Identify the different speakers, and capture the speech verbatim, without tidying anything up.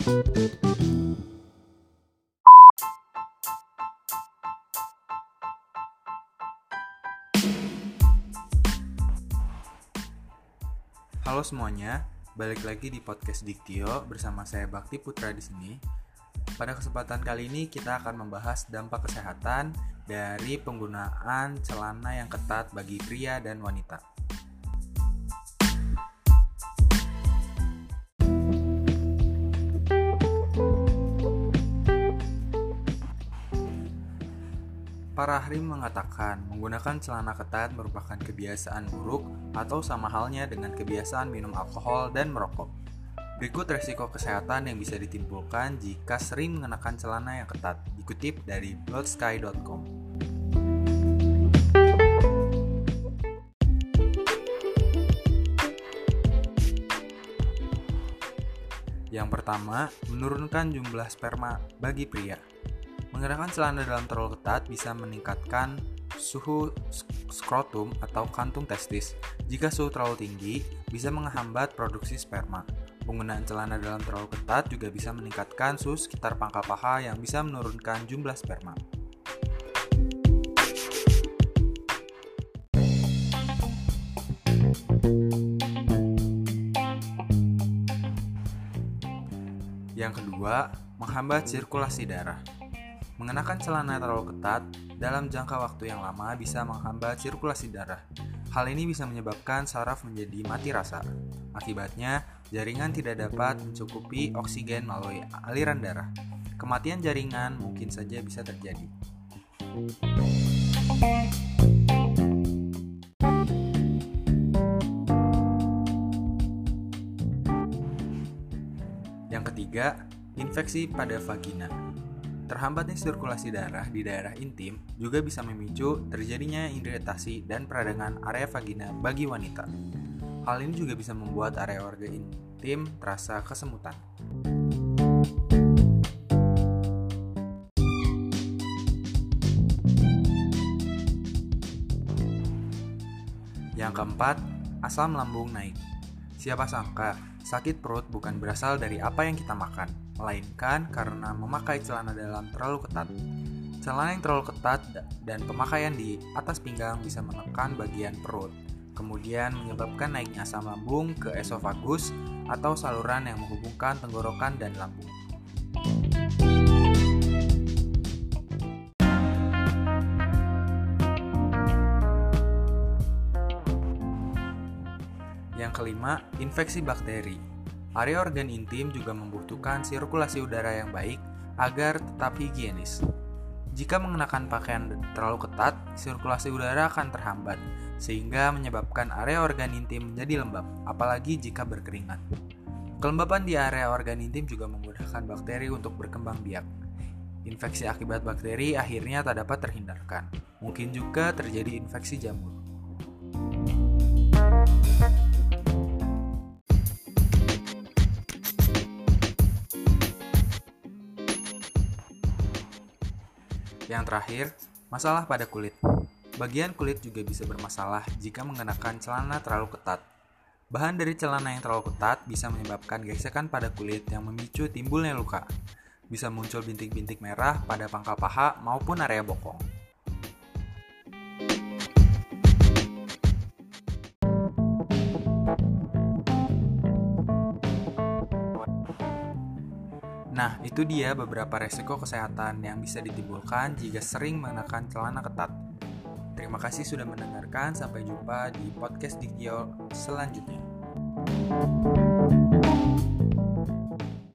Speaker 1: Halo semuanya, balik lagi di podcast Diktio bersama saya Bakti Putra di sini. Pada kesempatan kali ini kita akan membahas dampak kesehatan dari penggunaan celana yang ketat bagi pria dan wanita. Para ahli mengatakan menggunakan celana ketat merupakan kebiasaan buruk atau sama halnya dengan kebiasaan minum alkohol dan merokok. Berikut resiko kesehatan yang bisa ditimbulkan jika sering mengenakan celana yang ketat, dikutip dari bloodsky dot com. Yang pertama, menurunkan jumlah sperma bagi pria. Mengenakan celana dalam terlalu ketat bisa meningkatkan suhu skrotum atau kantung testis. Jika suhu terlalu tinggi, bisa menghambat produksi sperma. Penggunaan celana dalam terlalu ketat juga bisa meningkatkan suhu sekitar pangkal paha yang bisa menurunkan jumlah sperma. Yang kedua, menghambat sirkulasi darah. Mengenakan celana terlalu ketat dalam jangka waktu yang lama bisa menghambat sirkulasi darah. Hal ini bisa menyebabkan saraf menjadi mati rasa. Akibatnya, jaringan tidak dapat mencukupi oksigen melalui aliran darah. Kematian jaringan mungkin saja bisa terjadi. Yang ketiga, infeksi pada vagina. Terhambatnya sirkulasi darah di daerah intim juga bisa memicu terjadinya iritasi dan peradangan area vagina bagi wanita. Hal ini juga bisa membuat area organ intim terasa kesemutan. Yang keempat, asam lambung naik. Siapa sangka sakit perut bukan berasal dari apa yang kita makan, melainkan karena memakai celana dalam terlalu ketat. Celana yang terlalu ketat dan pemakaian di atas pinggang bisa menekan bagian perut, kemudian menyebabkan naiknya asam lambung ke esofagus atau saluran yang menghubungkan tenggorokan dan lambung. Yang kelima, infeksi bakteri. Area organ intim juga membutuhkan sirkulasi udara yang baik agar tetap higienis. Jika mengenakan pakaian terlalu ketat, sirkulasi udara akan terhambat, sehingga menyebabkan area organ intim menjadi lembab, apalagi jika berkeringat. Kelembapan di area organ intim juga memudahkan bakteri untuk berkembang biak. Infeksi akibat bakteri akhirnya tak dapat terhindarkan. Mungkin juga terjadi infeksi jamur. Yang terakhir, masalah pada kulit. Bagian kulit juga bisa bermasalah jika mengenakan celana terlalu ketat. Bahan dari celana yang terlalu ketat bisa menyebabkan gesekan pada kulit yang memicu timbulnya luka. Bisa muncul bintik-bintik merah pada pangkal paha maupun area bokong. Nah, itu dia beberapa resiko kesehatan yang bisa ditimbulkan jika sering mengenakan celana ketat. Terima kasih sudah mendengarkan, sampai jumpa di podcast Diktio selanjutnya.